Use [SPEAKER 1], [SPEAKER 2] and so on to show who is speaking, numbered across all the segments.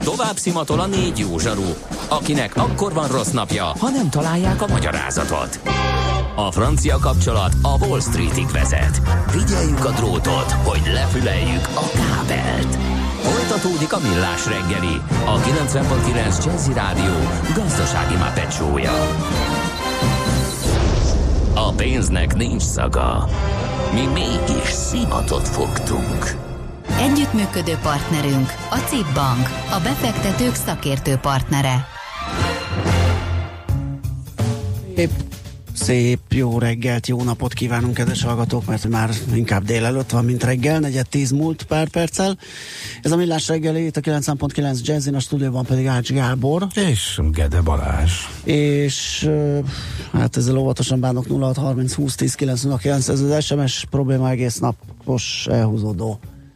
[SPEAKER 1] Tovább szimatol a 4 jó zsaru, akinek akkor van rossz napja, ha nem találják a magyarázatot. A francia kapcsolat a Wall Streetig vezet. Figyeljük a drótot, hogy lefüleljük a kábelt. Folytatódik a Millás reggeli, a 90.9 Jazzy Rádió gazdasági mápecsója. A pénznek nincs szaga. Mi mégis szimatot fogtunk.
[SPEAKER 2] Együttműködő partnerünk a CIP Bank, a befektetők szakértő partnere.
[SPEAKER 3] Szép jó reggelt, jó napot kívánunk, kedves hallgatók, mert már inkább délelőtt van, mint reggel, 9:10 múlt pár perccel. Ez a Millás reggeli, itt a 90.9 Jazzin, a stúdióban pedig Ács Gábor.
[SPEAKER 4] És Gede Balázs.
[SPEAKER 3] És hát ezzel óvatosan bánok, 0630 20 10 909, ez az SMS probléma, egész napos elhúzódó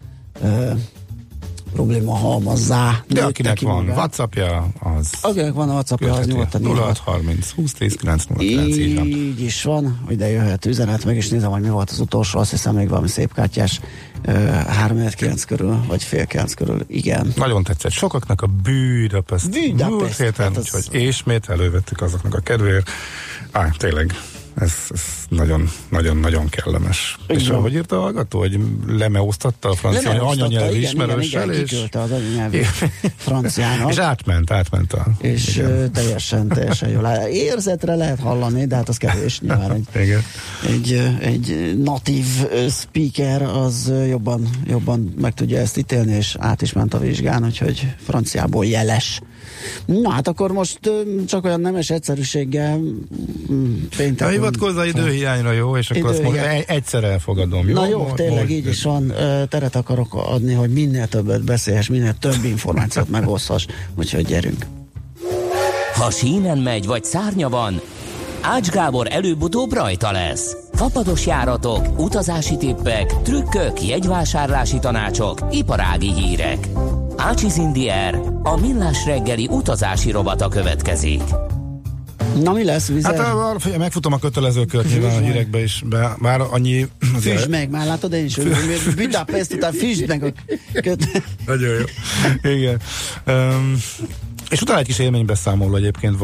[SPEAKER 3] probléma halmazzá.
[SPEAKER 4] De akinek van WhatsAppja, az...
[SPEAKER 3] Akinek van a WhatsAppja, az nyugodtan
[SPEAKER 4] 0630 20 10 909,
[SPEAKER 3] így is van, ide jöhet üzenet, meg is nézem, hogy mi volt az utolsó, azt hiszem még valami szép kártyás, 3-9 körül, vagy fél 9 körül, igen.
[SPEAKER 4] Nagyon tetszett sokaknak a Budapest héten,
[SPEAKER 3] hát
[SPEAKER 4] úgyhogy ismét elővettük azoknak a kedvéért. Tényleg. Ez nagyon kellemes. Igen. És ahogy írta a hallgató, hogy lemeosztatta a francia anyanyelvi ismerőssel,
[SPEAKER 3] és kikölte az anyanyelvi franciának.
[SPEAKER 4] És átment
[SPEAKER 3] és teljesen jól. Érzetre lehet hallani, de hát az kevés nyilván. Egy natív speaker az jobban meg tudja ezt ítélni, és át is ment a vizsgán, úgyhogy franciából jeles. Na hát akkor most csak olyan nemes egyszerűséggel
[SPEAKER 4] pénteken. Hivatkozz időhiányra, jó? És akkor azt most egyszer elfogadom, jó?
[SPEAKER 3] Na jó, tényleg így is van. Teret akarok adni, hogy minél többet beszélhess, minél több információt megoszthass. Úgyhogy gyerünk.
[SPEAKER 1] Ha sínen megy, vagy szárnya van, Ács Gábor előbb-utóbb rajta lesz. Fapados járatok, utazási tippek, trükkök, jegyvásárlási tanácsok, iparági hírek. Ácsiz in the Air, a Millás reggeli utazási rovata következik.
[SPEAKER 3] Na mi lesz, Vizer?
[SPEAKER 4] Hát megfutom a kötelező kört nyilván a hírekbe is, bár annyi...
[SPEAKER 3] Füsd meg, már látod, én is Budapest után füsd meg a
[SPEAKER 4] Nagyon jó. Igen. És utána egy kis élménybeszámoló egyébként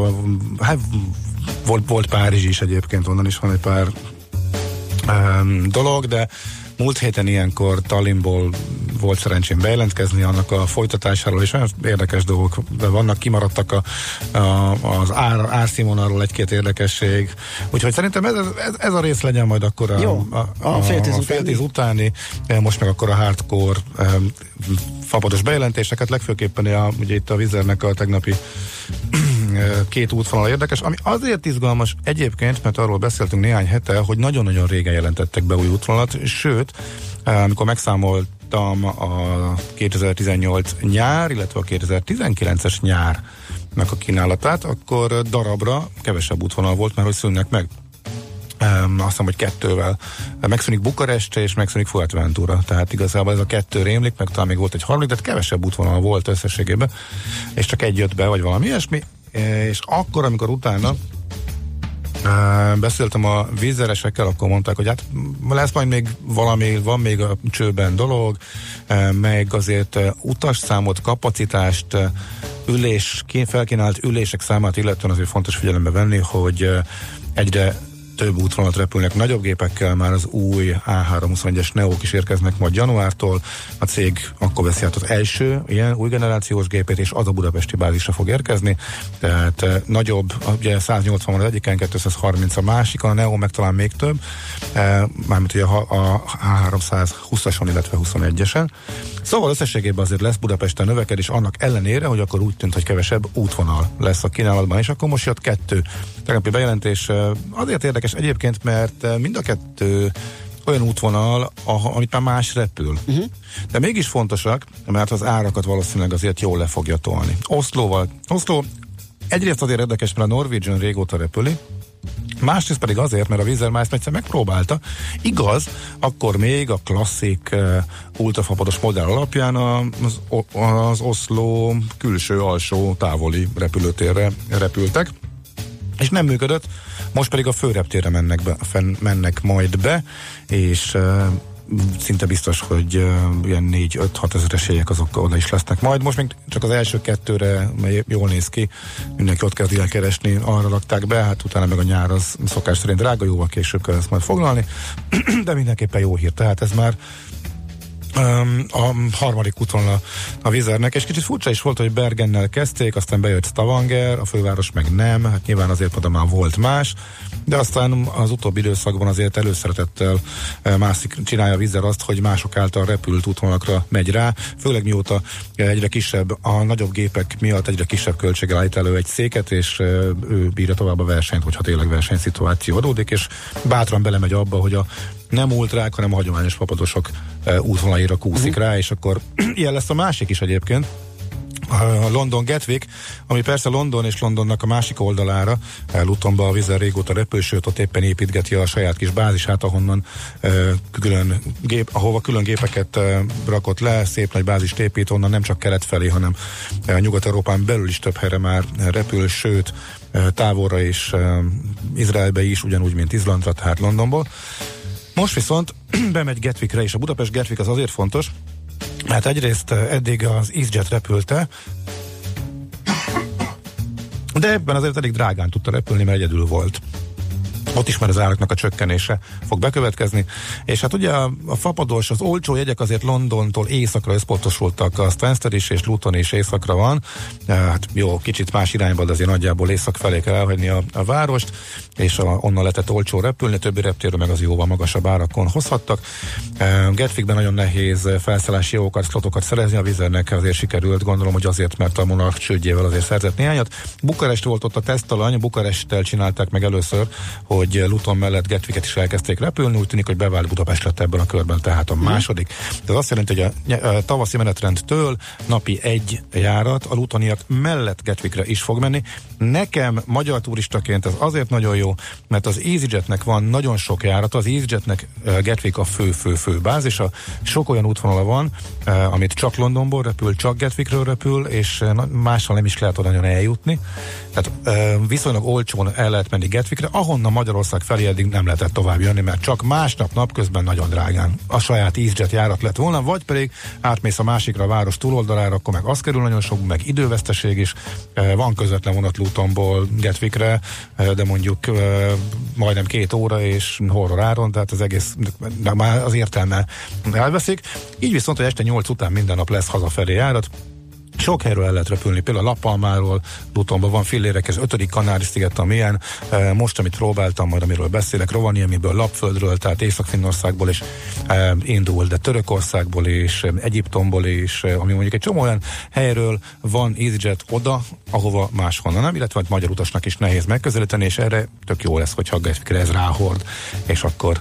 [SPEAKER 4] volt Párizs is egyébként, onnan is van egy pár dolog, de múlt héten ilyenkor Tallinnból volt szerencsém bejelentkezni annak a folytatásáról, és olyan érdekes dolgok vannak, kimaradtak az árszínvonalról egy-két érdekesség. Úgyhogy szerintem ez a rész legyen majd akkor a fél tíz utáni, most meg akkor a hardcore fapados bejelentéseket, legfőképpen ugye itt a Vizernek a tegnapi két útvonal érdekes, ami azért izgalmas egyébként, mert arról beszéltünk néhány hete, hogy nagyon-nagyon régen jelentettek be új útvonalat, sőt, amikor megszámoltam a 2018 nyár, illetve a 2019-es nyárnak a kínálatát, akkor darabra kevesebb útvonal volt, mert hogy szűnnek meg. Azt hiszem, hogy 2-vel. Megszűnik Bukarest és megszűnik Fuerteventura. Tehát igazából ez a 2 rémlik, meg talán még volt egy harmadik, tehát kevesebb útvonal volt összességében, és csak egy jött be, vagy valami ilyesmi. És akkor, amikor utána beszéltem a vízzeresekkel, akkor mondták, hogy hát lesz majd még valami, van még a csőben dolog, meg azért utasszámot, kapacitást, felkínált ülések számát illetően azért fontos figyelembe venni, hogy egyre több útvonalat repülnek nagyobb gépekkel, már az új A321-es Neók is érkeznek majd januártól. A cég akkor veszi át az első ilyen új generációs gépét, és az a budapesti bázisra fog érkezni. Tehát nagyobb, ugye 180 van az egyiken, 230 a másikon, a Neo meg talán még több, mármint ugye a A320-ason, illetve 21-esen. Szóval összességében azért lesz Budapesten növekedés, annak ellenére, hogy akkor úgy tűnt, hogy kevesebb útvonal lesz a kínálatban, és akkor most jött 2 tegnapi bejelentés. Azért érdekes egyébként, mert mind a 2 olyan útvonal, amit már más repül. De mégis fontosak, mert az árakat valószínűleg azért jól le fogja tolni. Oszló egyrészt azért érdekes, mert a Norwegian régóta repüli, másrészt pedig azért, mert a Wizz Air már ezt egyszer megpróbálta. Igaz, akkor még a klasszik ultrafapados modell alapján az Oszló külső, alsó, távoli repülőtérre repültek, és nem működött, most pedig a főreptérre mennek majd be, és szinte biztos, hogy ilyen 4-5-6 ezer esélyek azok oda is lesznek. Majd most még csak az első 2-re jól néz ki, mindenki ott kezdi el keresni, arra rakták be, hát utána meg a nyár az szokás szerint drága, jóval később kell ezt majd foglalni, de mindenképpen jó hír, tehát ez már a harmadik útvonal a Vizernek, és kicsit furcsa is volt, hogy Bergennel kezdték, aztán bejött Stavanger, a főváros meg nem, hát nyilván azért oda már volt más, de aztán az utóbbi időszakban azért előszeretettel csinálja a Vizer azt, hogy mások által repült útvonalakra megy rá, főleg mióta egyre kisebb, a nagyobb gépek miatt egyre kisebb költséggel állít elő egy széket, és ő bírja tovább a versenyt, hogyha tényleg versenyszituáció adódik, és bátran belemegy abba, hogy a nem ultrák, hanem a hagyományos papadosok útvonalaira kúszik rá, és akkor ilyen lesz a másik is egyébként, a London Gatwick, ami persze London és Londonnak a másik oldalára, Lutonba a Wizz Air régóta repül, sőt ott éppen építgeti a saját kis bázisát, ahonnan ahova külön gépeket rakott le, szép nagy bázist épít, onnan nem csak kelet felé, hanem Nyugat-Európán belül is több helyre már repül, sőt távolra is, Izraelbe is, ugyanúgy, mint Izlandra, tehát Londonból. Most viszont bemegy Gatwickre, és a Budapest Gatwick az azért fontos, mert egyrészt eddig az EasyJet repülte, de ebben azért elég drágán tudta repülni, mert egyedül volt. Ott is már az áraknak a csökkenése fog bekövetkezni, és hát ugye a fapados, az olcsó jegyek azért Londontól északra összpontosultak, a Stansted is és Luton is északra van, hát jó, kicsit más irányba, de azért nagyjából észak felé kell elhagyni a várost, és onnan lehetett olcsó repülni, többi reptérről meg az jóval magasabb árakon hozhattak. Gatwickben nagyon nehéz felszállási jogokat, szlotokat szerezni, a Wizernek azért sikerült, gondolom, hogy azért, mert a Monarch csődjével azért szerzett néhányat. Bukarest volt ott a tesztalany, Bukaresttel csinálták meg először, hogy Luton mellett Gatwicket is elkezdték repülni, úgy tűnik, hogy bevált Budapest lett ebben a körben, tehát a második. Ez azt jelenti, hogy a tavaszi menetrendtől napi egy járat a lutoniak mellett Gatwickre is fog menni. Nekem magyar turistaként ez azért nagyon jó, mert az EasyJetnek van nagyon sok járat, az EasyJetnek Gatwick a fő bázisa, sok olyan útvonala van, amit csak Londonból repül, csak Gatwickről repül, és mással nem is lehet oda nagyon eljutni. Tehát viszonylag olcsón el lehet menni Gatwickre, ahonnan Magyarország felé eddig nem lehetett tovább jönni, mert csak másnap napközben nagyon drágán a saját EasyJet járat lett volna, vagy pedig átmész a másikra a város túloldalára, akkor meg az kerül nagyon sok, meg időveszteség is. Van közvetlen vonat Lutonból Gatwickre, de mondjuk majdnem 2 óra és horror áron, tehát az egész már az értelme elveszik. Így viszont, hogy este 8 után minden nap lesz hazafelé járat. Sok helyről el lehet repülni, például La Palmáról, Lutonban van fillérek, ez 5. Kanári-sziget, amilyen. Most, amit próbáltam, majd amiről beszélek, Rovaniemiből, Lapföldről, tehát Észak-Finnországból is indul, de Törökországból is, Egyiptomból is, ami mondjuk egy csomó olyan helyről van EasyJet oda, ahova máshonnan nem, illetve magyar utasnak is nehéz megközelíteni, és erre tök jó lesz, hogyha ez ráhord, és akkor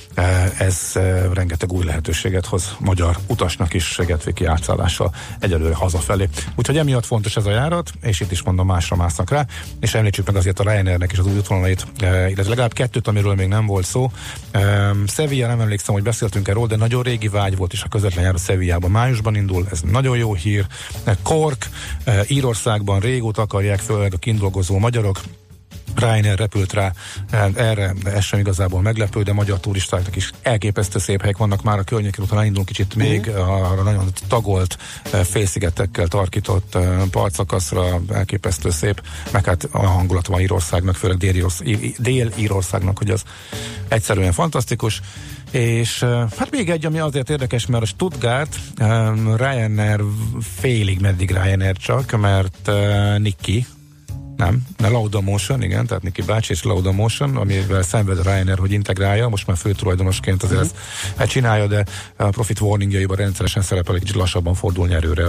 [SPEAKER 4] ez rengeteg új lehetőséget hoz magyar utasnak is Gatwicki átszállással egyelőre hazafelé. Úgyhogy emiatt fontos ez a járat, és itt is mondom, másra másznak rá, és említsük meg azért a Ryanairnek is az új útvonalait, illetve legalább 2, amiről még nem volt szó. Sevilla, nem emlékszem, hogy beszéltünk erről, de nagyon régi vágy volt, és a közvetlen járat Sevillában májusban indul, ez nagyon jó hír. Cork, Írországban régóta akarják, főleg a kindolgozó magyarok, Ryanair repült rá, erre ez sem igazából meglepő, de magyar turistáknak is elképesztő szép helyek vannak már a környéken, utána indulunk kicsit még arra nagyon tagolt félszigetekkel tarkított partszakaszra, elképesztő szép, meg hát a hangulat van Írországnak, főleg Dél-Írországnak, hogy az egyszerűen fantasztikus. És hát még egy, ami azért érdekes, mert a Stuttgart Ryanair félig meddig Ryanair csak, mert Niki, nem, de Laudamotion, igen, tehát Niki bácsi és Laudamotion, amivel szenved a Ryanair, hogy integrálja, most már főtulajdonosként azért ezt csinálja, de a profit warningjaiban rendszeresen szerepel, egy kicsit lassabban fordul nyerőre.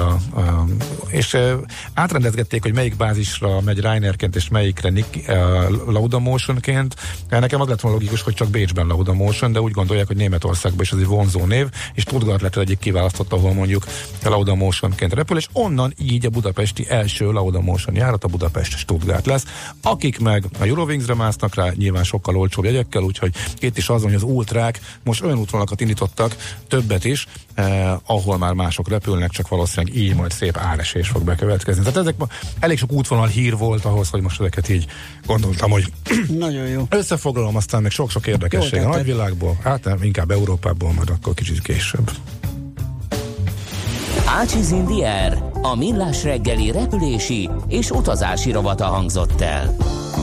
[SPEAKER 4] És átrendezgették, hogy melyik bázisra megy Ryanairként, és melyikre Laudamotionként. Nekem az lett volna logikus, hogy csak Bécsben Laudamotion, de úgy gondolják, hogy Németországban is ez egy vonzó név, és Stuttgart lett egyik kiválasztott, ahol mondjuk Laudamotionként repül, és onnan így a budapesti első Laudamotion járat, a Budapest-Stuttgart Stuttgart lesz. Akik meg a Eurowingsre másznak rá, nyilván sokkal olcsóbb jegyekkel, úgyhogy itt is azon, hogy az ultrák most olyan útvonalakat indítottak, többet is, ahol már mások repülnek, csak valószínűleg így majd szép áresés fog bekövetkezni. Tehát ezek elég sok útvonal hír volt ahhoz, hogy most ezeket így gondoltam, hogy
[SPEAKER 3] nagyon jó.
[SPEAKER 4] Összefoglalom, aztán még sok-sok érdekesség a nagyvilágból, hát nem, inkább Európából, majd akkor kicsit később.
[SPEAKER 1] Ácsiz Indiér, a millás reggeli repülési és utazási rovata hangzott el.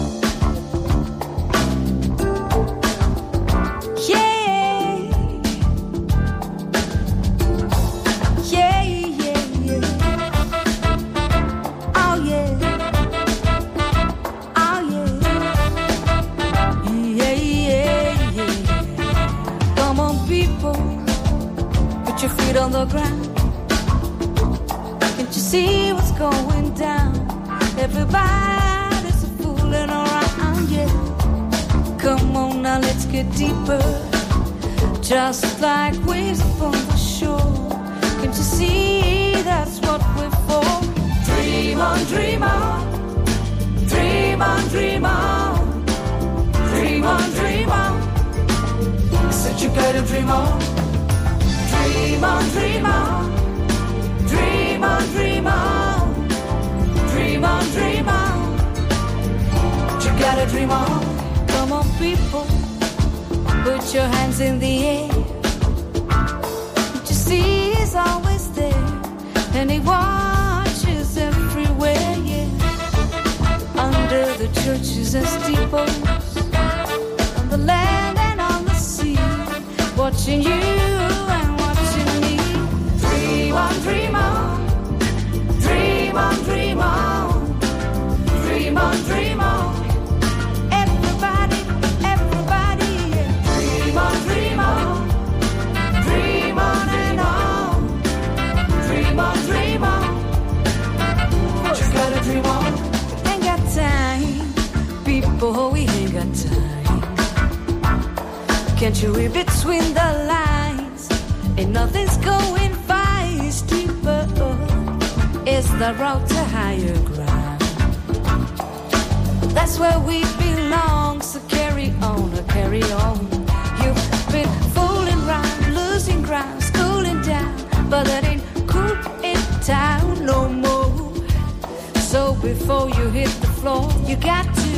[SPEAKER 5] On the ground, can't you see what's going down? Everybody's fooling around, yeah. Come on now, let's get deeper, just like waves upon the shore. Can't you see that's what we're for? Dream on, dream on, dream on, dream on, dream on, dream on. I said you gotta dream on. Dream on, dream on, dream on, dream on, dream on, dream on. But you gotta dream on. Come on, people, put your hands in the air. What you see is always there, and He watches everywhere, yeah. Under the churches and steeples, on the land and on the sea, watching you. Dream on, dream on, dream on, dream on, dream on, dream on. Everybody, everybody, yeah. Dream on, dream on, dream on and on, dream on, dream on. Just gotta dream on. Ain't got time, people, we ain't got time. Can't you read between the lines? Ain't nothing's going deeper is the road to higher ground. That's where we belong, so carry on or carry on. You've been fooling around, losing ground, schooling down, but that ain't cool in town no more. So before you hit the floor, you got to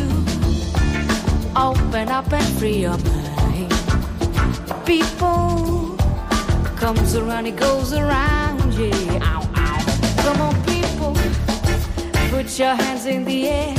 [SPEAKER 5] open up and free your mind. People comes around, it goes around, yeah. Ow, ow. Come on, people, put your hands in the air.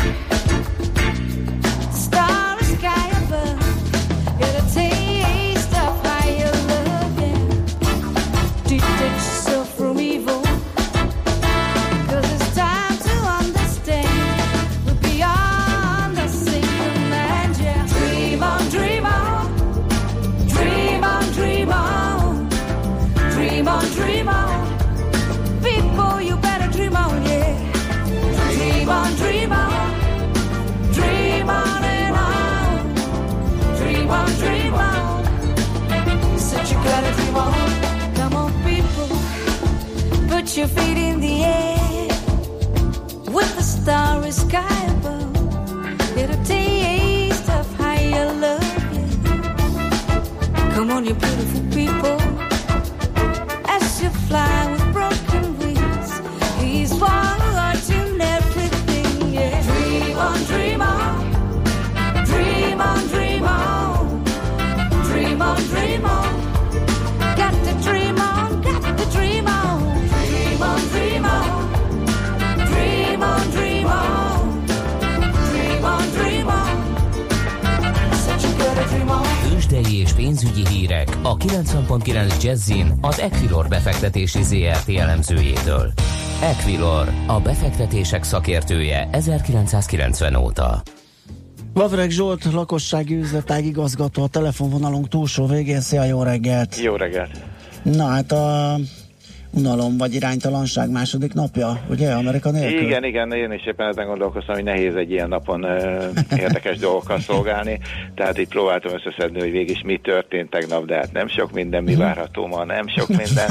[SPEAKER 5] Starry sky above, get a taste of higher love, yeah. Detach yourself from evil, 'cause it's time to understand we're beyond the single man, yeah. Dream on, dream on, dream on, dream on. Dream on, dream on, people, you better dream on, yeah. Dream on, dream on, dream on and on. Dream on, dream on. You said you gotta dream on. Come on, people, put your feet in the air. With the starry sky above, get a taste of higher love, yeah. Come on, you beautiful people. You fly with broken wings. He's watching everything, yeah. Dream on, dream on, dream on, dream on, dream on, dream on. Got to dream on, got to dream on. Dream on, dream on, dream on, dream on, dream on, dream on. Said you gotta dream on.
[SPEAKER 1] Tőzsdei és pénzügyi hírek a 90.9 Jazzin az Equilor befektetési ZRT elemzőjétől. Equilor, a befektetések szakértője 1990 óta.
[SPEAKER 3] Vavreg Zsolt, lakossági üzletág igazgató, a telefonvonalunk túlsó végén. Szia, jó reggelt!
[SPEAKER 6] Jó reggelt!
[SPEAKER 3] Na hát unalom vagy iránytalanság második napja, ugye, Amerika nélkül?
[SPEAKER 6] Igen, én is éppen ezen gondolkoztam, hogy nehéz egy ilyen napon érdekes dolgokkal szolgálni, tehát így próbáltam összeszedni, hogy végig is mi történt tegnap, de hát nem sok minden, mi várható ma, nem sok minden,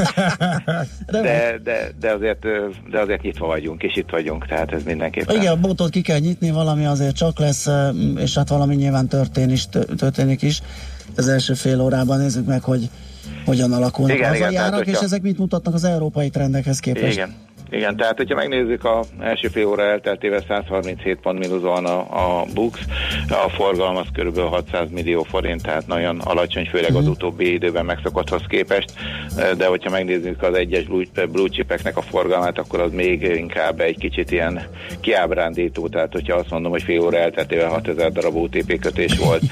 [SPEAKER 6] de azért nyitva vagyunk, és itt vagyunk, tehát ez mindenképpen.
[SPEAKER 3] Igen, a bótot ki kell nyitni, valami azért csak lesz, és hát valami nyilván történik is. Az első fél órában nézzük meg, hogy hogyan alakulnak az aljárak, és ezek mit mutatnak az európai trendekhez képest.
[SPEAKER 6] Igen, tehát hogyha megnézzük az első fél óra elteltével 137 pont mínuszban a BUX, a forgalom az körülbelül 600 millió forint, tehát nagyon alacsony, főleg az utóbbi időben megszokotthoz képest, de hogyha megnézzük az egyes blue chipeknek a forgalmát, akkor az még inkább egy kicsit ilyen kiábrándító, tehát hogyha azt mondom, hogy fél óra elteltével 6000 darab OTP kötés volt,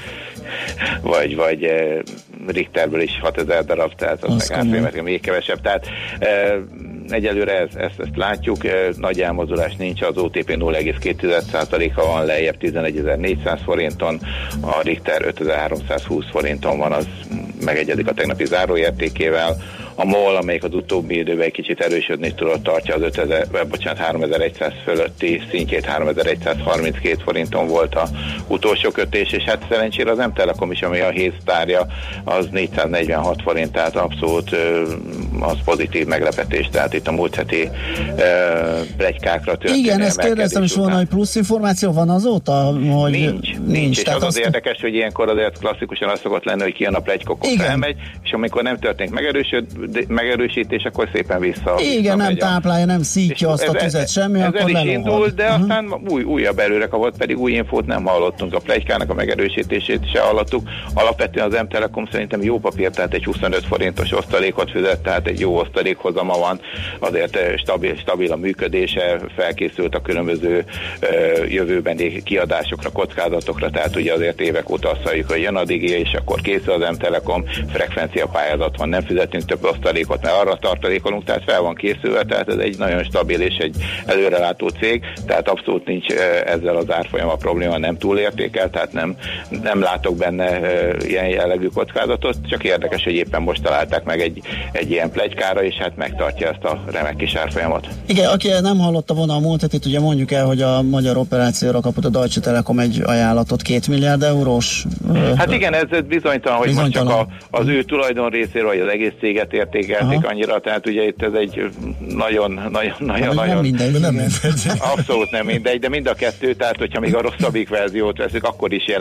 [SPEAKER 6] vagy Richterből is 6000 darab, tehát az meg még kevesebb, tehát egyelőre ezt látjuk, nagy elmozdulás nincs, az OTP 0,2%-a van lejjebb 11.400 forinton, a Richter 5.320 forinton van, az megegyezik a tegnapi záróértékével. A MOL, amelyik az utóbbi időben egy kicsit erősödni tudott, tartja az 3100 fölötti szintjét, 3132 forinton volt a utolsó kötés, és hát szerencsére az M-Telekom is, ami a hétsztárja, az 446 forint, tehát abszolút az pozitív meglepetés, tehát itt a múlt heti pletykákra történő.
[SPEAKER 3] Igen, ezt kérdeztem is volna, hogy plusz információ van azóta? Hogy
[SPEAKER 6] nincs. És az érdekes, hogy ilyenkor azért klasszikusan az szokott lenni, hogy kijön a pletykokon felmegy, és amikor nem történik megerősítés, akkor szépen vissza.
[SPEAKER 3] Igen, nem táplálja, nem szítja azt a tüzet semmi, akkor
[SPEAKER 6] is indult, de aztán újabb előrek volt, pedig új infót nem hallottunk. A pletykának a megerősítését se hallottuk. Alapvetően az M-Telekom szerintem jó papír, tehát egy 25 forintos osztalékot fizet, tehát egy jó osztalékhozama van, azért stabil a működése, felkészült a különböző jövőbeni kiadásokra, kockázatokra, tehát ugye azért évek óta azt halljuk, hogy jön a Digi, és akkor készül az M-Telekom, frekvencia pályázat van, nem fizetünk több osztalékot, mert arra tartalékolunk, tehát fel van készülve, tehát ez egy nagyon stabil és egy előrelátó cég, tehát abszolút nincs ezzel az árfolyama probléma, nem túlértékel, tehát nem látok benne ilyen jellegű kockázatot, csak érdekes, hogy éppen most találták meg egy ilyen pletykára, és hát megtartja ezt a remek kis árfolyamot. Igen,
[SPEAKER 3] aki nem hallotta volna a múlt hetet, ugye mondjuk el, hogy a magyar operációra kapott a Deutsche Telekom egy ajánlatot 2 milliárd eurós.
[SPEAKER 6] Hát igen, ez bizonytalan, hogy most csak az ő tulajdon részéről, vagy az egész céget értékelték annyira, tehát ugye itt ez egy nagyon abszolút nem mindegy, de mind a kettő, tehát hogyha még a rosszabbik verziót veszük, akkor is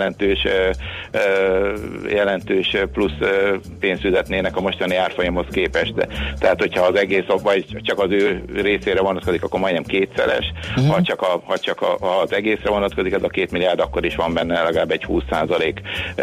[SPEAKER 6] jelentős plusz pénzt fizetnének a mostani árfolyamhoz képest. Tehát hogyha az egész, vagy csak az ő részére vonatkozik, akkor majdnem kétszeres, ha csak az egészre vonatkozik, ez a 2 milliárd, akkor is van benne legalább egy 20%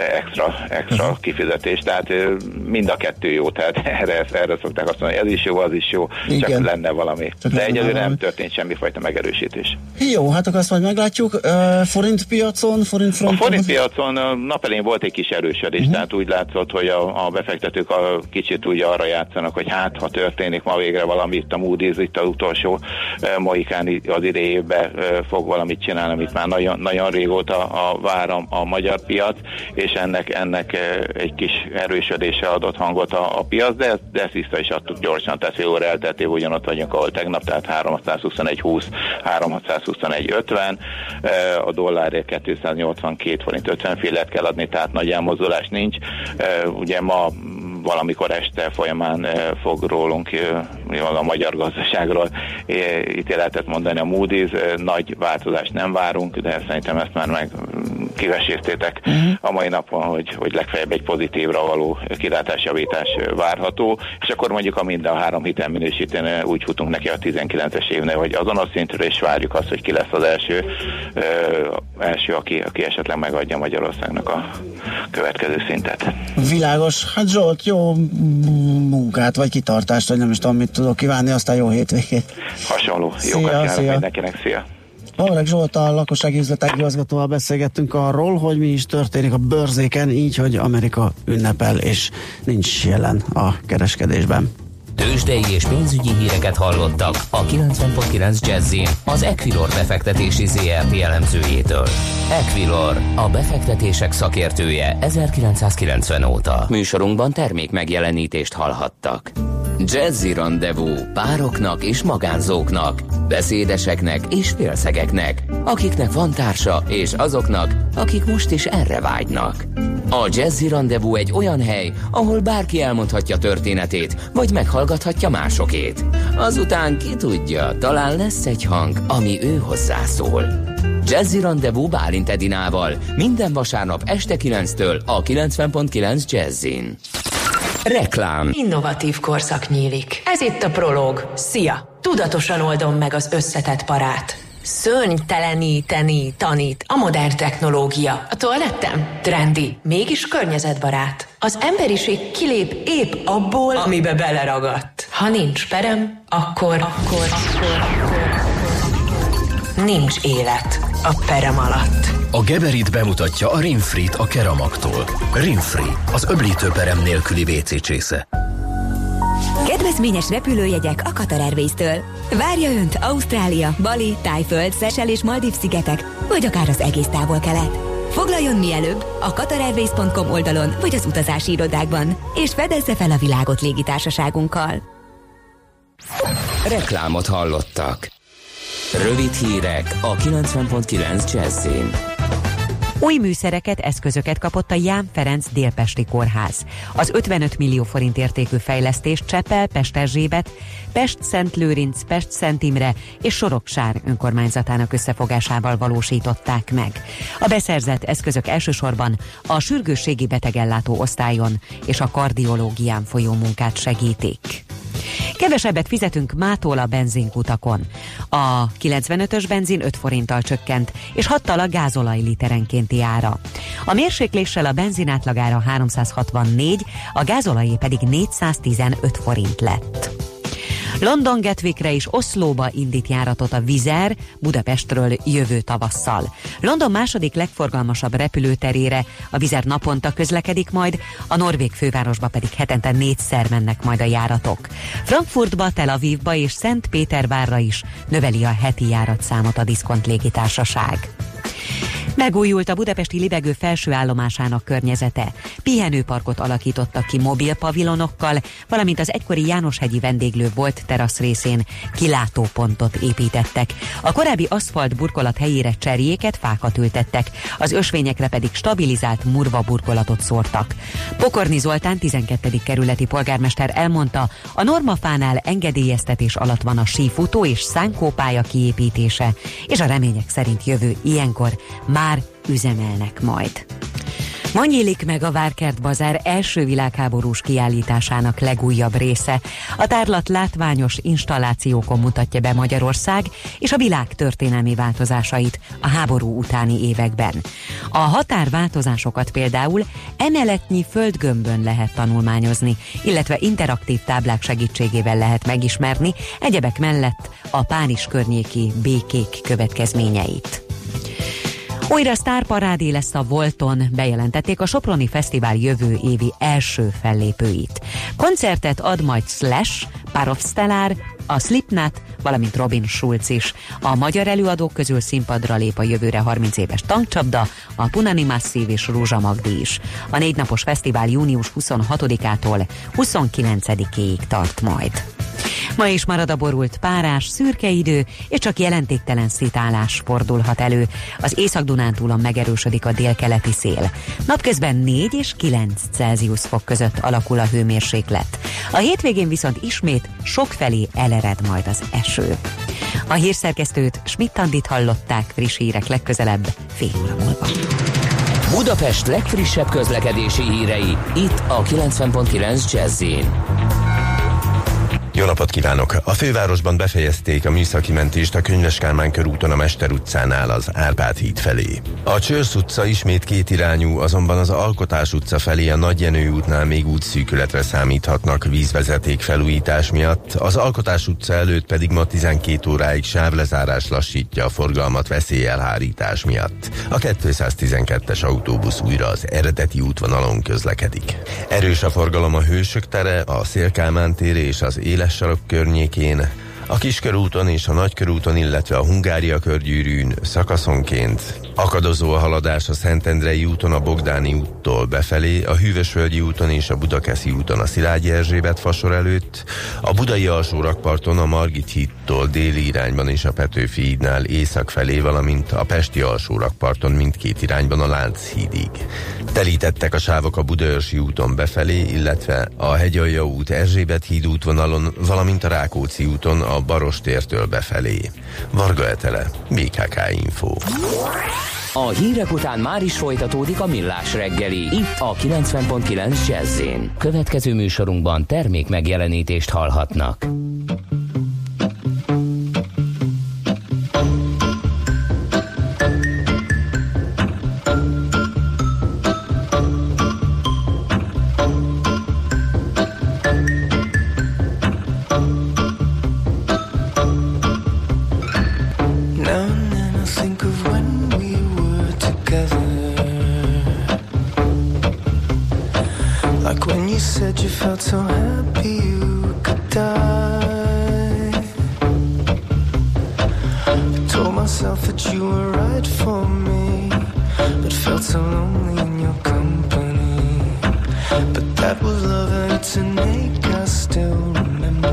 [SPEAKER 6] extra kifizetés, tehát mind a kettő jó, tehát erre szokták azt mondani, ez is jó, az is jó, csak lenne valami. De egyelőre nem történt semmifajta megerősítés.
[SPEAKER 3] Jó, hát akkor azt majd meglátjuk. Forintpiacon,
[SPEAKER 6] A forintpiacon napelén volt egy kis erősödés, tehát úgy látszott, hogy a befektetők kicsit úgy arra játszanak, hogy hát, ha történik ma végre valami, itt a Moody's, itt az utolsó Mohikán az idejében fog valamit csinálni, amit már nagyon, nagyon régóta vár a magyar piac, és ennek egy kis erősödése adott hangot a piac, de ezt vissza is adtuk gyorsan, tehát fél óra elteltével ugyanott vagyunk, ahol tegnap, tehát 321.20, 321.50, a dollárért 282 forint 50 fillet kell adni, tehát nagy elmozdulás nincs. Ugye ma valamikor este folyamán fog rólunk a magyar gazdaságról ítéletet mondani a Moody's, nagy változást nem várunk, de szerintem ezt már meg kiveséztétek a mai napon, hogy legfeljebb egy pozitívra való kilátásjavítás várható, és akkor mondjuk mind a 3 hitelminősítőn úgy futunk neki a 19-es évnél, hogy azonos szintről, és várjuk azt, hogy ki lesz az első aki esetleg megadja Magyarországnak a következő szintet.
[SPEAKER 3] Világos. Hát Zsolt, jó munkát, vagy kitartást, vagy nem is tudom, mit tudok kívánni, aztán jó hétvégét.
[SPEAKER 6] Hasonló. Jókat kívánok mindenkinek. Szia!
[SPEAKER 3] Vavreg Zsolt, a lakossági üzletek igazgatóval beszélgettünk arról, hogy mi is történik a bőrzéken, így, hogy Amerika ünnepel, és nincs jelen a kereskedésben.
[SPEAKER 1] Tőzsdei és pénzügyi híreket hallottak a 90.9 Jazzin az Equilor befektetési ZRT elemzőjétől. Equilor, a befektetések szakértője 1990 óta. Műsorunkban termék megjelenítést hallhattak. Jazzy Rendezvú pároknak és magánzóknak, beszédeseknek és félszegeknek, akiknek van társa és azoknak, akik most is erre vágynak. A Jazzy Rendezvú egy olyan hely, ahol bárki elmondhatja történetét, vagy meghallgathatja másokét. Azután ki tudja, talán lesz egy hang, ami ő hozzászól. Jazzy Rendezvú Bálint Edinával minden vasárnap este 9-től a 90.9 Jazzin. Reklám.
[SPEAKER 7] Innovatív korszak nyílik. Ez itt a Prológ. Szia! Tudatosan oldom meg az összetett parát. Szörnyteleníteni tanít a modern technológia. A toalettem trendi, mégis környezetbarát. Az emberiség kilép épp abból, amibe beleragadt. Ha nincs perem, akkor nincs élet a perem alatt.
[SPEAKER 8] A Geberit bemutatja a Rinfrit a Keramaktól. Rinfri, az öblítőperem nélküli WC csésze.
[SPEAKER 9] Kedvezményes repülőjegyek a Qatar Airways-től. Várja Önt Ausztrália, Bali, Tájföld, Seychelles és Maldív-szigetek, vagy akár az egész távol-kelet. Foglaljon mielőbb a qatarairways.com oldalon, vagy az utazási irodákban, és fedezze fel a világot légitársaságunkkal.
[SPEAKER 1] Reklámot hallottak. Rövid hírek a 90.9 Jazzin.
[SPEAKER 10] Új műszereket, eszközöket kapott a Ján Ferenc Délpesti Kórház. Az 55 millió forint értékű fejlesztést Csepel, Pesterzsébet, Pest-Szent-Lőrinc, Pest-Szent Imre és Soroksár önkormányzatának összefogásával valósították meg. A beszerzett eszközök elsősorban a sürgősségi betegellátó osztályon és a kardiológián folyó munkát segítik. Kevesebbet fizetünk mától a benzinkutakon. A 95-ös benzin 5 forinttal csökkent, és 6-tal a gázolaj literenkénti ára. A mérsékléssel a benzin átlagára 364, a gázolajé pedig 415 forint lett. London Gatwickre és Oszlóba indít járatot a Wizz Air Budapestről jövő tavasszal. London második legforgalmasabb repülőterére a Wizz Air naponta közlekedik majd, a norvég fővárosba pedig hetente 4-szer mennek majd a járatok. Frankfurtba, Tel Avivba és Szentpétervárra is növeli a heti járatszámot a Diszkont légitársaság. Megújult a budapesti Libegő felső állomásának környezete. Pihenőparkot alakítottak ki mobil pavilonokkal, valamint az egykori Jánoshegyi vendéglő volt terasz részén kilátópontot építettek. A korábbi aszfalt burkolat helyére cserjéket, fákat ültettek, az ösvényekre pedig stabilizált murva burkolatot szórtak. Pokorni Zoltán 12. kerületi polgármester elmondta, a normafánál engedélyeztetés alatt van a sífutó és szánkópálya kiépítése, és a remények szerint jövő ilyenkor már üzemelnek majd. Ma nyílik meg a Várkert Bazár első világháborús kiállításának legújabb része. A tárlat látványos installációkon mutatja be Magyarország és a világ történelmi változásait a háború utáni években. A határváltozásokat például emeletnyi földgömbön lehet tanulmányozni, illetve interaktív táblák segítségével lehet megismerni, egyebek mellett a Párizs környéki békék következményeit. Újra sztárparádé lesz a Volton, bejelentették a Soproni Fesztivál jövő évi első fellépőit. Koncertet ad majd Slash, Parov Stellar, a Slipknot, valamint Robin Schulz is. A magyar előadók közül színpadra lép a jövőre 30 éves Tankcsapda, a Punani Massive és Rózsa Magdi is. A 4 napos fesztivál június 26-ától 29-ig tart majd. Ma is marad a borult párás, szürke idő, és csak jelentéktelen szitálás fordulhat elő. Az Észak-Dunántúlon megerősödik a délkeleti szél. Napközben 4 és 9 Celsius fok között alakul a hőmérséklet. A hétvégén viszont ismét sokfelé elered majd az eső. A hírszerkesztőt, Schmidt-Andit hallották, friss hírek legközelebb fél óra múlva.
[SPEAKER 1] Budapest legfrissebb közlekedési hírei, itt a 90.9 Jazzin.
[SPEAKER 11] Jó napot kívánok! A fővárosban befejezték a műszaki mentést a Könyves Kálmán körúton a Mester utcánál az Árpád híd felé. A Csörsz utca ismét kétirányú, azonban az Alkotás utca felé a Nagyjenő útnál még útszűkületre számíthatnak vízvezeték felújítás miatt, az Alkotás utca előtt pedig ma 12 óráig sávlezárás lassítja a forgalmat veszélyelhárítás miatt. A 212-es autóbusz újra az eredeti útvonalon közlekedik. Erős a forgalom a Hősök tere, a Széll Kálmán téré és az Éles sarok környékén, A Kiskörúton és a Nagykörúton, illetve a Hungária körgyűrűn szakaszonként. Akadozó a haladás a Szentendrei úton a Bogdáni úttól befelé, a Hűvösvölgyi úton és a Budakeszi úton a Szilágyi Erzsébet fasor előtt, a Budai alsórakparton a Margit hídtól déli irányban és a Petőfi hídnál észak felé, valamint a Pesti alsórakparton mindkét irányban a Lánchídig. Telítettek a sávok a Budaörsi úton befelé, illetve a Hegyalja út Erzsébet híd útvonalon, valamint a Rákóczi úton a Barostértől befelé. Varga Etele, BKK Info.
[SPEAKER 1] A hírek után már is folytatódik a Millás reggeli, itt a 90.9 Jazz-én. Következő műsorunkban termék megjelenítést hallhatnak.
[SPEAKER 12] Said you felt so happy you could die. I told myself that you were right for me, but felt so lonely in your company. But that was love and it's an ache I still remember.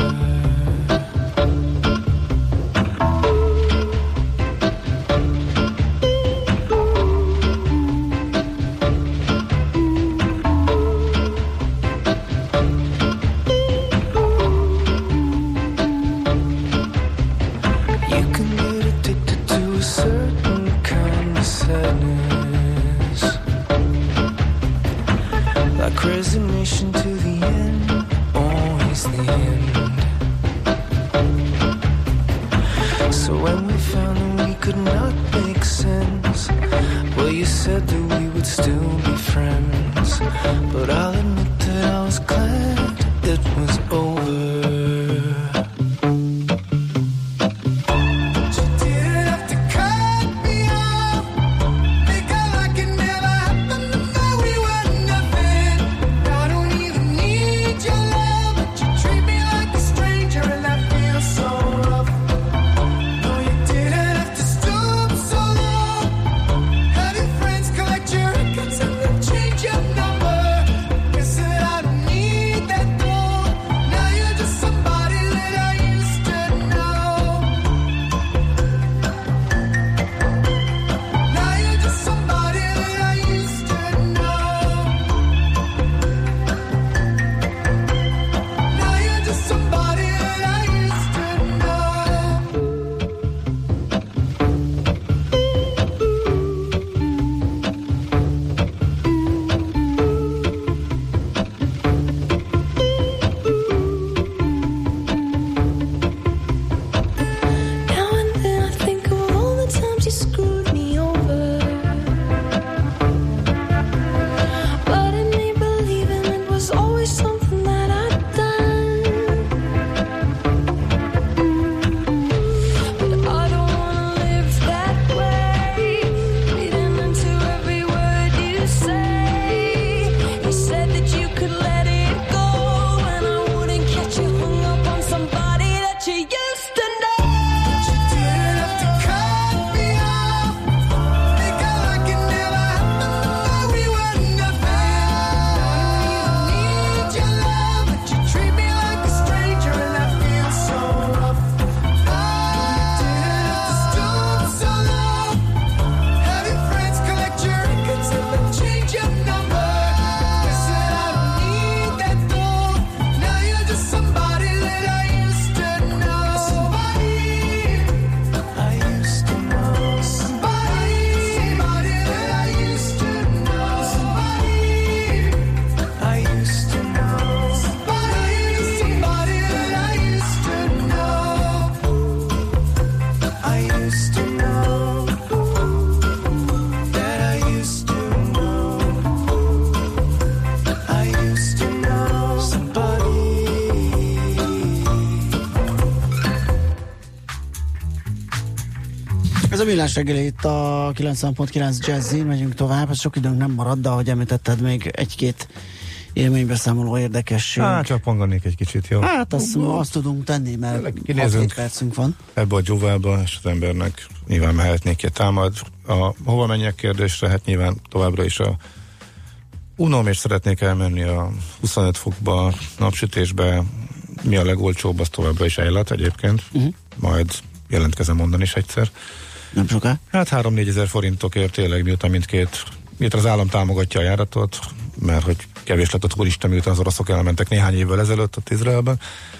[SPEAKER 12] Resignation to the end, always the end. So when we found that we could not make sense, well, you said that we would still be friends. But I'll admit that I was glad it was over.
[SPEAKER 3] Ez a Millás reggeli itt a 90.9 Jazzy, megyünk tovább, sok időnk nem marad, de ahogy említetted, még egy-két élménybeszámoló érdekesség.
[SPEAKER 4] Hát csaponganék egy kicsit, jó?
[SPEAKER 3] Hát azt tudunk tenni, mert 6-7 percünk van.
[SPEAKER 4] Ebbe a dzsúvába, és az embernek nyilván mehetnék ki támad. Hova menjek kérdésre, hát nyilván továbbra is unom, és szeretnék elmenni a 25 fokba, napsütésbe. Mi a legolcsóbb, az továbbra is Ejlat egyébként. Majd jelentkezem mondani is egyszer.
[SPEAKER 3] Nem soká? Hát
[SPEAKER 4] 3-4 ezer forintokért tényleg, miután miután az állam támogatja a járatot, mert hogy kevés lett a turista, miután az oroszok elmentek néhány évvel ezelőtt ott Izraelben,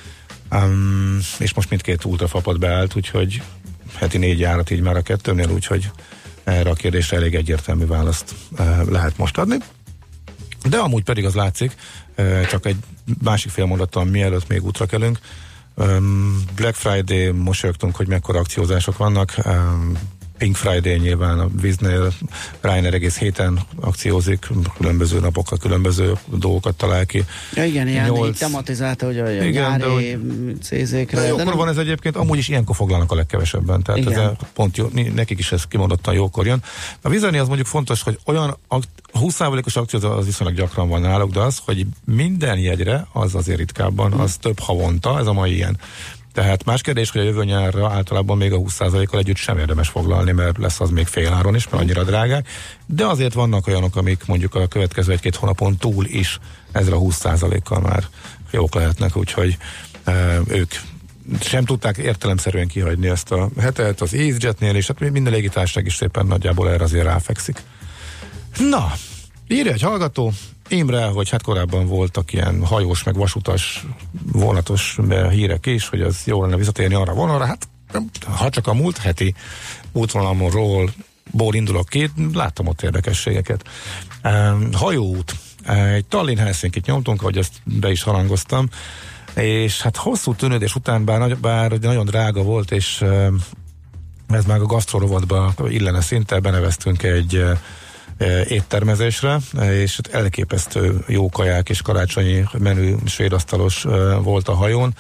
[SPEAKER 4] és most mindkét ultrafapat beállt, úgyhogy heti 4 járat így már a 2-nél, úgyhogy erre a kérdésre elég egyértelmű választ lehet most adni. De amúgy pedig az látszik, csak egy másik fél mondattal mielőtt még útra kelünk, Black Friday, mosolyogtunk, hogy mekkora akciózások vannak, Pink Friday nyilván a Víznél, Ryanair egész héten akciózik, különböző napokkal különböző dolgokat talál ki.
[SPEAKER 3] Ja, igen, ilyen tematizálta, hogy a nyári cézékre.
[SPEAKER 4] De jókor van ez egyébként, amúgy is ilyenkor foglalnak a legkevesebben, tehát ez pont jó, nekik is ez kimondottan jókor jön. A Víznél az mondjuk fontos, hogy olyan 20%-os akció az viszonylag gyakran van náluk, de az, hogy minden jegyre, az azért ritkábban, az több havonta, ez a mai ilyen. Tehát más kérdés, hogy a jövő nyárra általában még a 20%-kal együtt sem érdemes foglalni, mert lesz az még féláron is, mert annyira drágák. De azért vannak olyanok, amik mondjuk a következő 1-2 hónapon túl is ezzel a 20%-kal már jók lehetnek, úgyhogy ők sem tudták értelemszerűen kihagyni ezt a hetet az EasyJetnél, és hát minden légitársaság is szépen nagyjából erre azért ráfekszik. Na, írja egy hallgató, Imre, hogy hát korábban voltak ilyen hajós, meg vasutas, vonatos hírek is, hogy az jó lenne visszatérni arra vonalra, hát ha csak a múlt heti útvonalamról indulok ki, láttam ott érdekességeket. Hajóút, egy Tallinn-Helsinkit nyomtunk, ahogy ezt be is harangoztam, és hát hosszú tűnődés után, bár nagyon drága volt, és ez már a gasztrorovatba illene szinte, beneveztünk egy éttermezésre, és elképesztő jó kaják és karácsonyi menü svédasztalos volt a hajón.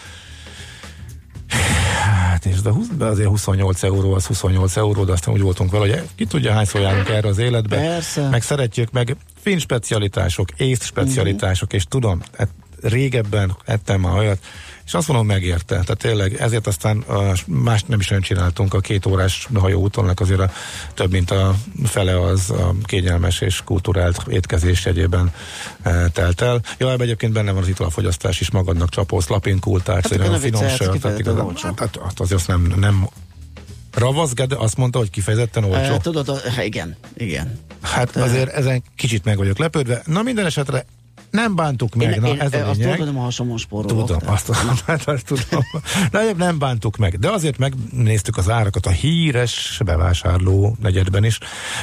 [SPEAKER 4] Hát és de azért 28 euró, az 28 euró, de aztán úgy voltunk vele, hogy ki tudja, hányszor járunk erre az életbe.
[SPEAKER 3] Persze.
[SPEAKER 4] Meg szeretjük, meg finn specialitások, észt specialitások, és tudom, régebben ettem már olyat, és azt mondom, megérte. Tehát tényleg ezért aztán más nem is olyan csináltunk a 2 órás hajóútonnak, azért több mint a fele az a kényelmes és kulturált étkezés jegyében telt el. Ja, ebben egyébként benne van az italfogyasztás is, magadnak csapolsz, lapinkultát,
[SPEAKER 3] hát
[SPEAKER 4] finom sör, tehát igazán, hát azért nem ravaszged, azt mondta, hogy kifejezetten olcsó.
[SPEAKER 3] Tudod, igen.
[SPEAKER 4] Hát azért ezen kicsit meg vagyok lepődve. Na minden esetre nem bántuk meg, ez a lényeg.
[SPEAKER 3] Azt tudom, a hasonló spórolók.
[SPEAKER 4] Tudom, azt tudom. De nem bántuk meg. De azért megnéztük az árakat a híres bevásárló negyedben is,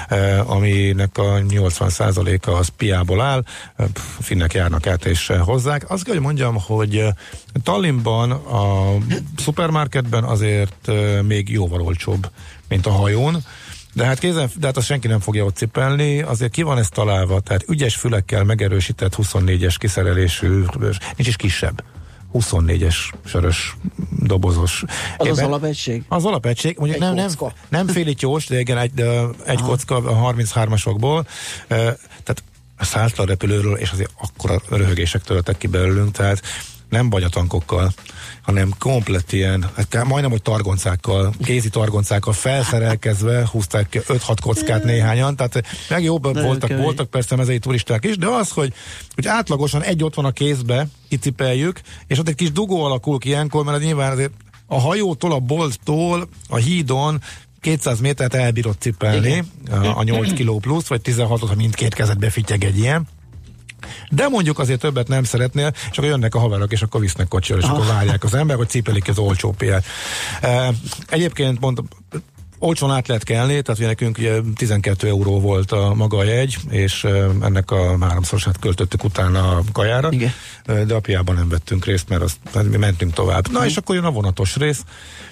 [SPEAKER 4] aminek a 80%-a az piából áll, finnek járnak át és hozzák. Azt kell, hogy mondjam, hogy Tallinnban a szupermarketben azért még jóval olcsóbb, mint a hajón. De hát azt senki nem fogja ott cipelni, azért ki van ez találva, tehát ügyes fülekkel megerősített 24-es kiszerelésű, nincs is kisebb, 24-es sörös dobozos.
[SPEAKER 3] Az alapegység?
[SPEAKER 4] Az alapegység, mondjuk nem félityós, de igen, egy kocka a 33-asokból, tehát szállt a repülőről, és azért akkora röhögések törtek ki belőlünk, tehát nem banyatankokkal, hanem komplett ilyen, hát majdnem, hogy targoncákkal, kézi targoncákkal felszerelkezve húzták ki 5-6 kockát néhányan, tehát meg jobban voltak persze mezei turisták is, de az, hogy átlagosan egy ott van a kézbe, kicipeljük, és ott egy kis dugó alakul ki ilyenkor, mert nyilván azért a hajótól, a bolttól, a hídon 200 métert elbírod cipelni, a 8 kiló plusz, vagy 16-ot, ha mindkét kezedbe fityeg egy ilyen. De mondjuk azért többet nem szeretnél, és akkor jönnek a haverok, és akkor visznek kocsira, és akkor várják az ember, hogy cipelik az olcsó piát. Egyébként mondtam, olcsón át lehet kelni, tehát nekünk ugye 12 euró volt a maga a jegy, és ennek a 3-szorosát költöttük utána a kajára, igen. De a piában nem vettünk részt, mert mi mentünk tovább. Na és akkor jön a vonatos rész,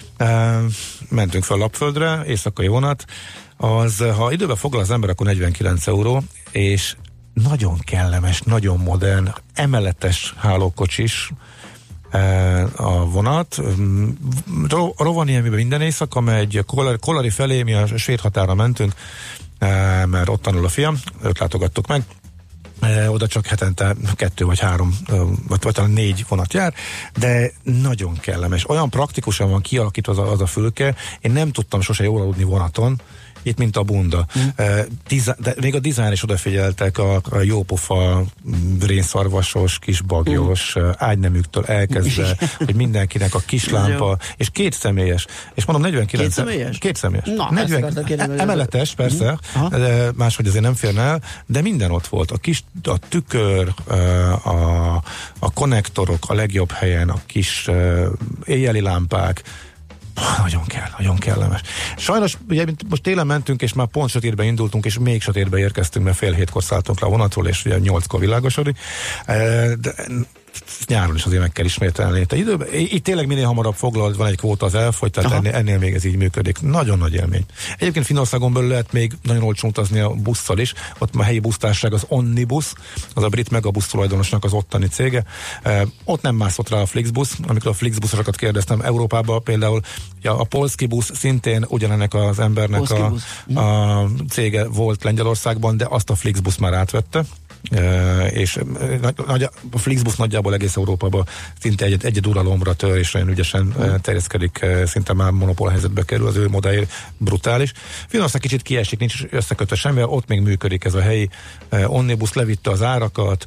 [SPEAKER 4] mentünk fel Lapföldre, éjszakai vonat, az, ha időben foglal az ember, akkor 49 euró, és nagyon kellemes, nagyon modern, emeletes hálókocsis a vonat. Rovaniemiben minden éjszaka megy, Kolari felé, mi a svéd határa mentünk, mert ott tanul a fiam, őt látogattuk meg, Oda csak hetente 2 vagy 3, vagy talán 4 vonat jár, de nagyon kellemes. Olyan praktikusan van kialakítva az a fülke, én nem tudtam sose jól aludni vonaton, itt mint a bunda. De még a dizájn is odafigyeltek a jópofa, rénszarvasos, kisbagyos ágyneműktől elkezdve, hogy mindenkinek a kislámpa, és 2 személyes. És mondom, 49...
[SPEAKER 3] 2 személyes?
[SPEAKER 4] 2 személyes.
[SPEAKER 3] Na,
[SPEAKER 4] 40, emeletes, persze, de máshogy azért nem férne el, de minden ott volt. A tükör, a konnektorok a legjobb helyen, a kis éjjeli lámpák, nagyon kellemes. Sajnos, ugye most télen mentünk, és már pont sötétbe indultunk, és még sötétbe érkeztünk, mert 6:30 szálltunk le a vonatról, és ugye 8-kor világosodik. De nyáron is azért meg kell ismételni. Itt tényleg minél hamarabb foglalod, van egy kvóta, az elfogy, tehát ennél még ez így működik. Nagyon nagy élmény. Egyébként Finnországon belül lehet még nagyon olcsón utazni a busszal is. Ott a helyi busztársaság az Omnibus, az a brit megabusz tulajdonosnak az ottani cége. Ott nem mászott rá a Flixbus. Amikor a Flixbuszokat kérdeztem, Európában például a Polski busz szintén ugyanennek az embernek a cége volt Lengyelországban, de azt a Flixbus már átvette. És a Flixbus nagyjából egész Európában szinte egy uralomra tör, és nagyon ügyesen terjeszkedik, szinte már monopól helyzetbe kerül, az ő modell brutális. Finnország kicsit kiesik, nincs összekötve semmi, ott még működik ez a helyi Omnibus, levitte az árakat,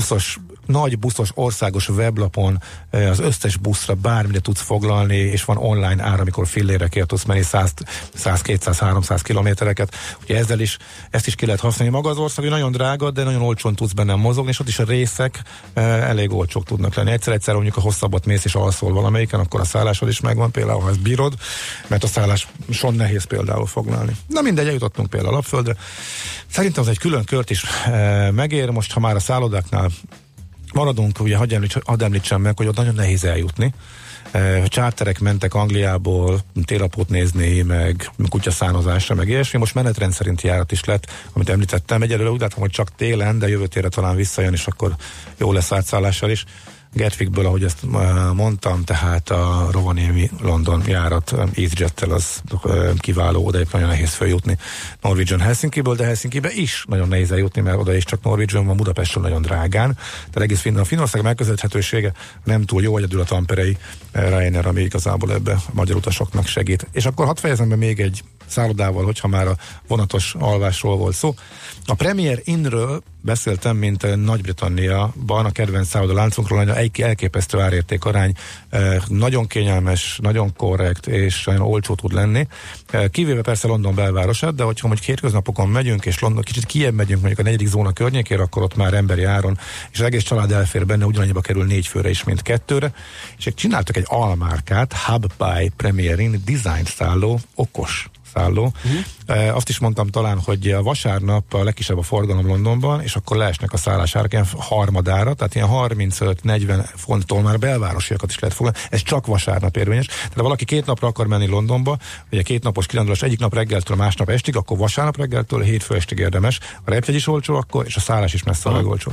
[SPEAKER 4] nagy buszos országos weblapon az összes buszra bármire tudsz foglalni, és van online ár, amikor fillérekért tudsz menni 100, 200, 300 kilométereket. Ugye ezt is ki lehet használni. Maga az ország nagyon drága, de nagyon olcsón tudsz benne mozogni, és ott is a részek elég olcsók tudnak lenni. Egyszer mondjuk a hosszabbat mész és alszol valamelyiken, akkor a szállásod is megvan, például ha ezt bírod, mert a szálláson nehéz például foglalni. Na mindegy, eljutottunk például Lapföldre. Szerintem az egy külön kört is megér, most ha már a szállodáknál maradunk, ugye hadd említsem meg, hogy ott nagyon nehéz eljutni. Charterek mentek Angliából télapót nézni, meg kutyaszánozásra, meg ilyesmi. Most menetrend szerinti járat is lett, amit említettem. Egyelőre úgy látom, hogy csak télen, de jövő térre talán visszajön, és akkor jó lesz átszállással is. Gatwickből, ahogy ezt mondtam, tehát a Rovaniemi-London járat EasyJet-tel az kiváló, oda nagyon nehéz följutni Norwegian Helsinkiből, de Helsinkibe is nagyon nehéz eljutni, mert oda is csak Norwegian van, Budapestről nagyon drágán. Tehát egész a Finnország megközelíthetősége nem túl jó, egyedül a tamperei Ryanair, ami igazából ebbe a magyar utasoknak segít. És akkor hadd fejezem be még egy szállodával, hogyha már a vonatos alvásról volt szó. A Premier Innről beszéltem, mint Nagy-Britanniában a kedvenc szálloda láncunkról, nagyon elképesztő árérték-arány, nagyon kényelmes, nagyon korrekt, és nagyon olcsó tud lenni. Kivéve persze London belvárosát, de hogyha mondjuk hétköznapokon megyünk, és London kicsit kijebb megyünk, mondjuk a 4. zóna környékére, akkor ott már emberi áron, és az egész család elfér benne, ugyanannyiba kerül 4 főre is, mint 2-re, és csináltak egy almárkát, Hub by Premier Inn, design szálló, okos szálló. Azt is mondtam talán, hogy a vasárnap a legkisebb a forgalom Londonban, és akkor leesnek a szállásárak ilyen harmadára, tehát ilyen 35-40 fonttól már belvárosiakat is lehet foglalni. Ez csak vasárnap érvényes. Tehát ha valaki 2 napra akar menni Londonba, ugye 2 napos kirándulás, egyik nap reggeltől, másnap estig, akkor vasárnap reggeltől, hétfő estig érdemes. A repjegy is olcsó akkor, és a szállás is messze a legolcsó.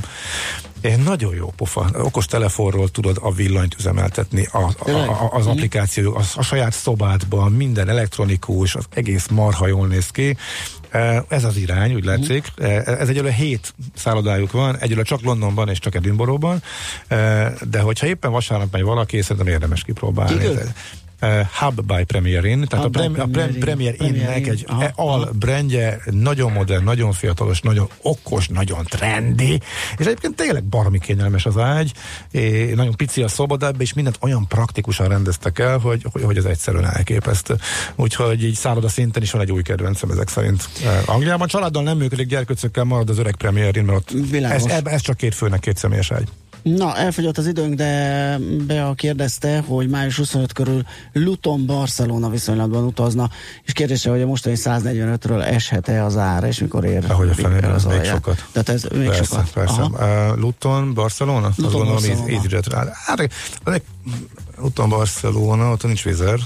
[SPEAKER 4] Nagyon jó pofa. Okos telefonról tudod a villanyt üzemeltetni, az applikáció, a saját szobádban, minden elektronikus, az egész marha jól néz ki. Ez az irány, úgy látszik. Ez egyelőre 7 szállodájuk van, egyelőre csak Londonban és csak Edinburghban, de hogyha éppen vasárnap megy valaki, szerintem érdemes kipróbálni. Hub by Premier Inn, tehát a Premier Innnek egy albrandje, nagyon modern, nagyon fiatalos, nagyon okos, nagyon trendi, és egyébként tényleg baromi kényelmes az ágy, nagyon pici a szoba, de ebbe is mindent olyan praktikusan rendeztek el, hogy ez egyszerűen elképesztő. Úgyhogy így szálloda szinten is van egy új kedvencem ezek szerint. Angliában családdal nem működik, gyerkőcökkel marad az öreg Premier Inn, mert ott ez csak 2 főnek 2 személyes ágy.
[SPEAKER 3] Na, elfogyott az időnk, de Bea kérdezte, hogy május 25 körül Luton-Barcelona viszonylatban utazna, és kérdése, hogy a mostani 145-ről eshet-e az ára, és mikor ér?
[SPEAKER 4] Ahogy a fenében, az még sokat.
[SPEAKER 3] Tehát ez még
[SPEAKER 4] persze,
[SPEAKER 3] sokat.
[SPEAKER 4] Persze. Luton-Barcelona? Azt gondolom, EasyJet. Luton-Barcelona, ott nincs Wizz Air, akkor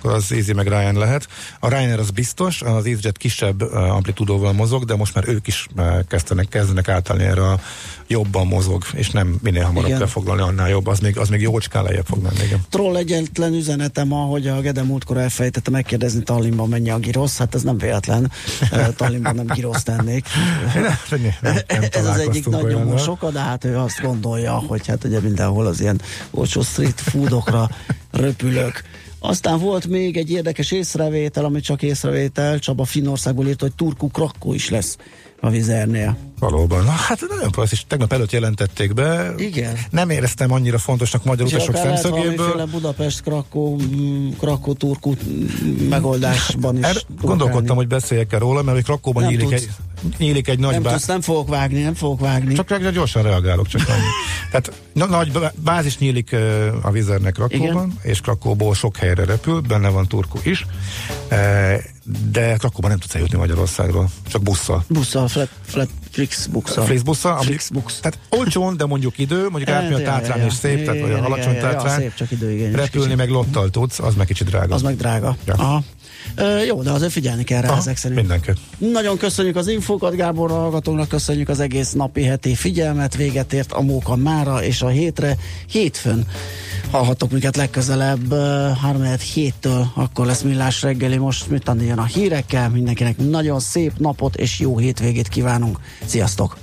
[SPEAKER 4] akkor az Easy meg Ryan lehet. A Ryanair az biztos, az EasyJet kisebb amplitúdóval mozog, de most már ők is kezdenek átállni erre a jobban mozog, és nem minél hamarabb kell foglalni, annál jobb, az még jócskán lejjebb fog menni. Igen.
[SPEAKER 3] Troll egyetlen üzenetem, ahogy a Gede múltkor elfejtette megkérdezni Tallinnban mennyi a girosz, hát ez nem véletlen. Tallinnban nem girosz tennék. Ez az egyik nagy nyomós oka, de hát ő azt gondolja, hogy hát ugye mindenhol az ilyen olcsó street foodokra röpülök. Aztán volt még egy érdekes észrevétel, ami csak észrevétel, Csaba Finnországból írt, hogy Turku Krakkó is lesz a Vizernél.
[SPEAKER 4] Valóban. Na, hát nagyon klassz, és tegnap előtt jelentették be.
[SPEAKER 3] Igen.
[SPEAKER 4] Nem éreztem annyira fontosnak magyar utasok szemszögéből.
[SPEAKER 3] Budapest, Krakó, Turku megoldásban is.
[SPEAKER 4] Gondolkodtam, hogy beszéljek el róla, mert Krakóban nyílik egy nagy bázis.
[SPEAKER 3] Nem fogok vágni.
[SPEAKER 4] Csak gyorsan reagálok, csak annyi. Tehát nagy bázis nyílik a Vizernek Krakóban, és Krakóból sok helyre repül, benne van Turku is, de Krakóban nem tudsz eljutni Magyarországról, csak busszal. Flixbusszal. Tehát olcsón, de mondjuk idő, mondjuk átmi a Tátrán is szép, tehát olyan alacsony Tátrán.
[SPEAKER 3] Szép, csak időigényes.
[SPEAKER 4] Repülni meg lottal tudsz, az meg kicsit drága.
[SPEAKER 3] Az meg drága. Ja. Aha. Jó, de azért figyelni kell rá ezek szerint.
[SPEAKER 4] Mindenki.
[SPEAKER 3] Nagyon köszönjük az infókat, Gábor hallgatónak, köszönjük az egész napi heti figyelmet, véget ért a Móka mára, és a hétfőn hallhattok minket legközelebb 3-7-től, akkor lesz Millás reggeli, most mit jön a hírekkel, mindenkinek nagyon szép napot és jó hétvégét kívánunk. Sziasztok!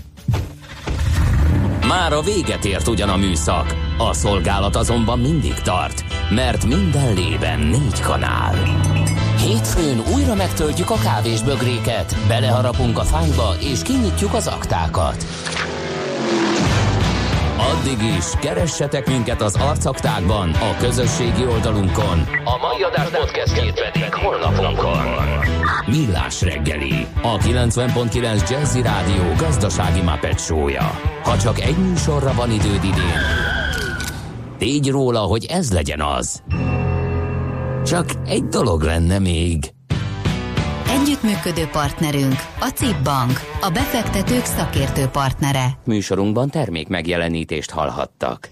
[SPEAKER 1] Már a véget ért ugyan a műszak, a szolgálat azonban mindig tart, mert minden lében 4 kanál. Hétfőn újra megtöltjük a kávésbögréket, beleharapunk a fányba és kinyitjuk az aktákat. Addig is keressetek minket az arcaktákban, a közösségi oldalunkon. A mai adás podcastjét pedig honlapunkon. Millás reggeli, a 90.9 Jazzy Rádió gazdasági Muppet show-ja. Ha csak egy műsorra van időd idén, tégy róla, hogy ez legyen az. Csak egy dolog lenne még.
[SPEAKER 2] Együttműködő partnerünk a CIP Bank, a befektetők szakértő partnere.
[SPEAKER 1] Műsorunkban termék megjelenítést hallhattak.